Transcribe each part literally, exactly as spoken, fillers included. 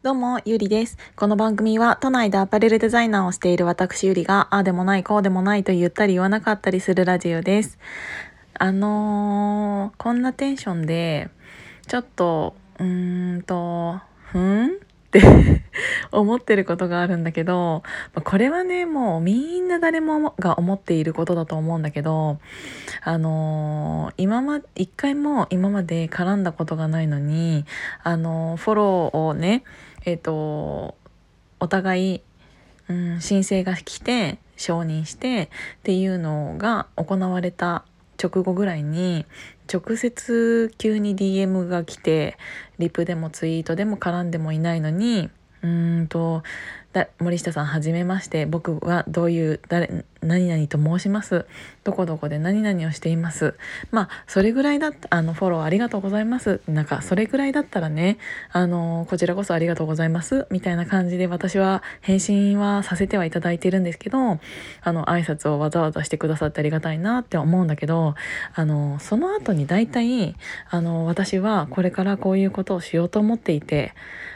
どうも、ゆりです。この番組は都内でアパレルデザイナーをしている私ゆりが、ああでもない、こうでもないと言ったり言わなかったりするラジオです。あのー、こんなテンションで、ちょっと、うーんと、ふんって思ってることがあるんだけど、これはね、もうみんな誰もが思っていることだと思うんだけど、あのー今ま、一回も今まで絡んだことがないのに、あのーフォローをね、えっと、お互い、うん、申請が来て、承認してっていうのが行われた直後ぐらいに、直接急に ディーエム が来て、リプでもツイートでも絡んでもいないのに、うーんとだ森下さんはじめまして、僕はどういう誰何々と申します、どこどこで何々をしています、まあそれぐらいだったあのフォローありがとうございます、なんかそれぐらいだったらね、あのこちらこそありがとうございますみたいな感じで私は返信はさせてはいただいてるんですけど、あの挨拶をわざわざしてくださってありがたいなって思うんだけど、あのその後に大体あの私はこれからこういうことをしようと思っていて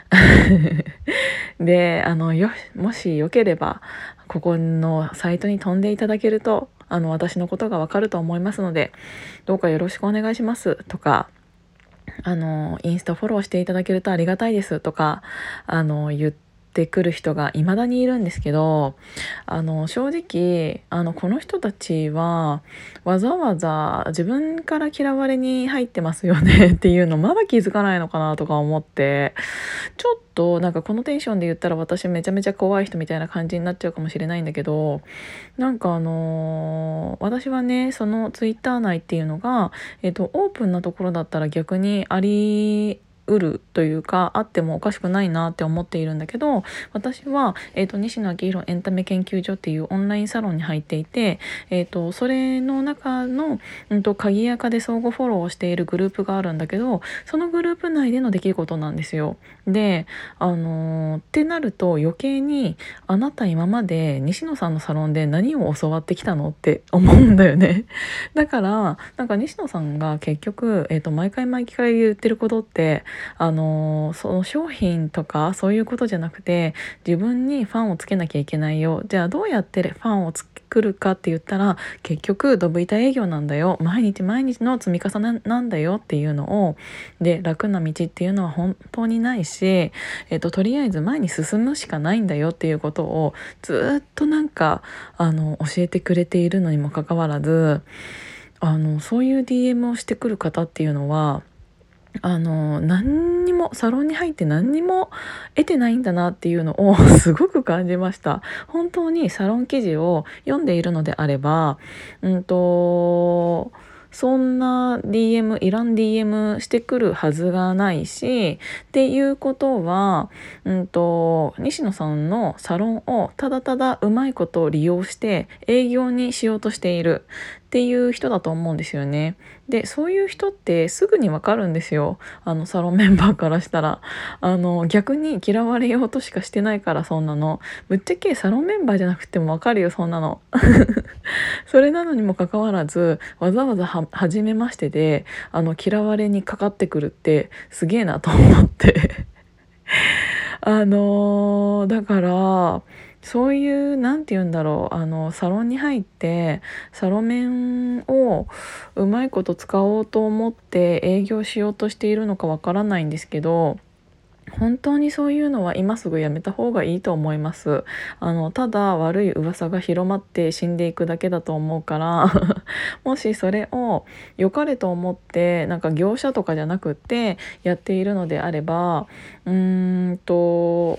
であのよもしよければここのサイトに飛んでいただけるとあの私のことがわかると思いますので、どうかよろしくお願いしますとか、あのインスタフォローしていただけるとありがたいですとか、あの言ってくる人が未だにいるんですけど、あの正直あのこの人たちはわざわざ自分から嫌われに入ってますよねっていうのまだ気づかないのかなとか思って、ちょっとなんかこのテンションで言ったら私めちゃめちゃ怖い人みたいな感じになっちゃうかもしれないんだけど、なんかあのー私はねそのツイッター内っていうのが、えっと、オープンなところだったら逆にありうるというかあってもおかしくないなって思っているんだけど、私は、えー、と西野昭弘エンタメ研究所っていうオンラインサロンに入っていて、えー、とそれの中の、うんと、鍵垢で相互フォローをしているグループがあるんだけど、そのグループ内での出来事なんですよ。で、あのーってなると余計にあなた今まで西野さんのサロンで何を教わってきたのって思うんだよね。だからなんか西野さんが結局、えー、と毎回毎回言ってることってあのその商品とかそういうことじゃなくて、自分にファンをつけなきゃいけないよ、じゃあどうやってファンを作るかって言ったら結局ドブ板営業なんだよ、毎日毎日の積み重ねなんだよっていうのを、で楽な道っていうのは本当にないし、えっと、とりあえず前に進むしかないんだよっていうことをずっとなんかあの教えてくれているのにもかかわらず、あのそういう ディーエム をしてくる方っていうのはあの何にもサロンに入って何にも得てないんだなっていうのをすごく感じました。本当にサロン記事を読んでいるのであれば、うんとそんな ディーエム いらん ディーエム してくるはずがないし、っていうことは、うんと西野さんのサロンをただただうまいことを利用して営業にしようとしているっていう人だと思うんですよね。でそういう人ってすぐにわかるんですよ、あのサロンメンバーからしたら。あの逆に嫌われようとしかしてないから、そんなのぶっちゃけサロンメンバーじゃなくてもわかるよそんなのそれなのにもかかわらずわざわざは初めましてであの嫌われにかかってくるってすげえなと思ってあのーだからそういうなんて言うんだろう、あのサロンに入ってサロメンをうまいこと使おうと思って営業しようとしているのかわからないんですけど、本当にそういうのは今すぐやめた方がいいと思います。あのただ悪い噂が広まって死んでいくだけだと思うからもしそれを良かれと思ってなんか業者とかじゃなくってやっているのであれば、うーんと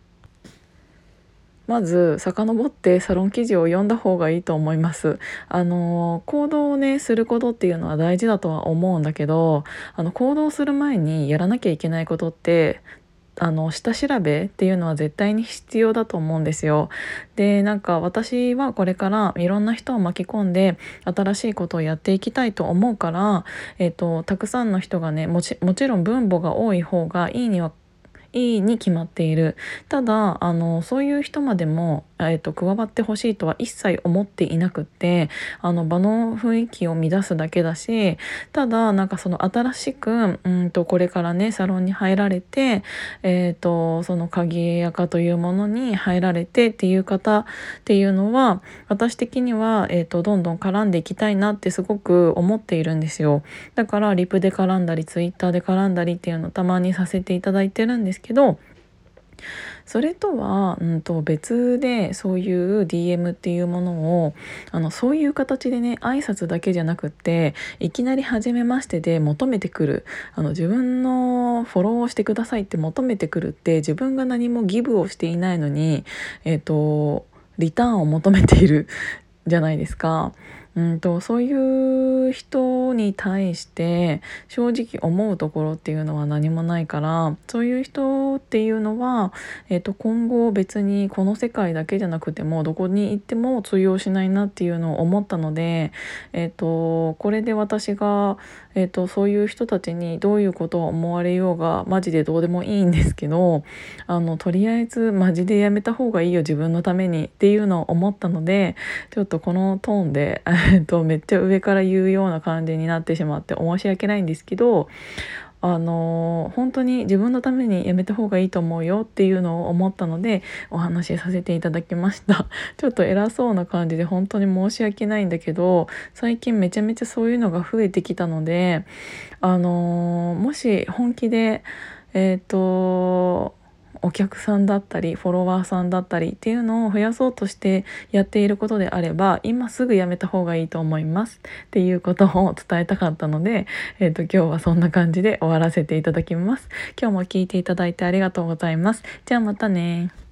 まず遡ってサロン記事を読んだ方がいいと思います。あの行動をねすることっていうのは大事だとは思うんだけど、あの行動する前にやらなきゃいけないことってあの下調べっていうのは絶対に必要だと思うんですよ。でなんか私はこれからいろんな人を巻き込んで新しいことをやっていきたいと思うから、えっと、たくさんの人がねもち、もちろん分母が多い方がいいにはいいに決まっている。ただあのそういう人までも、えーと、加わってほしいとは一切思っていなくって、あの場の雰囲気を乱すだけだし、ただなんかその新しくうんとこれからねサロンに入られて、えーとその鍵垢というものに入られてっていう方っていうのは、私的には、えーとどんどん絡んでいきたいなってすごく思っているんですよ。だからリプで絡んだりツイッターで絡んだりっていうのをたまにさせていただいてるんですけど、それとは、うんと別でそういう ディーエム っていうものをあのそういう形でね挨拶だけじゃなくっていきなり初めましてで求めてくる、あの自分のフォローをしてくださいって求めてくるって、自分が何もギブをしていないのに、えっとリターンを求めているじゃないですか。うんとそういう人に対して正直思うところっていうのは何もないから、そういう人っていうのは、えー、と今後別にこの世界だけじゃなくてもどこに行っても通用しないなっていうのを思ったので、えー、とこれで私が、えー、とそういう人たちにどういうことを思われようがマジでどうでもいいんですけど、あのとりあえずマジでやめた方がいいよ自分のためにっていうのを思ったので、ちょっとこのトーンで、えっと、めっちゃ上から言うような感じになってしまって申し訳ないんですけど、あの本当に自分のためにやめた方がいいと思うよっていうのを思ったのでお話しさせていただきました。ちょっと偉そうな感じで本当に申し訳ないんだけど、最近めちゃめちゃそういうのが増えてきたので、あのもし本気でえっとお客さんだったりフォロワーさんだったりっていうのを増やそうとしてやっていることであれば、今すぐやめた方がいいと思いますっていうことを伝えたかったので、えーと、今日はそんな感じで終わらせていただきます。今日も聞いていただいてありがとうございます。じゃあまたね。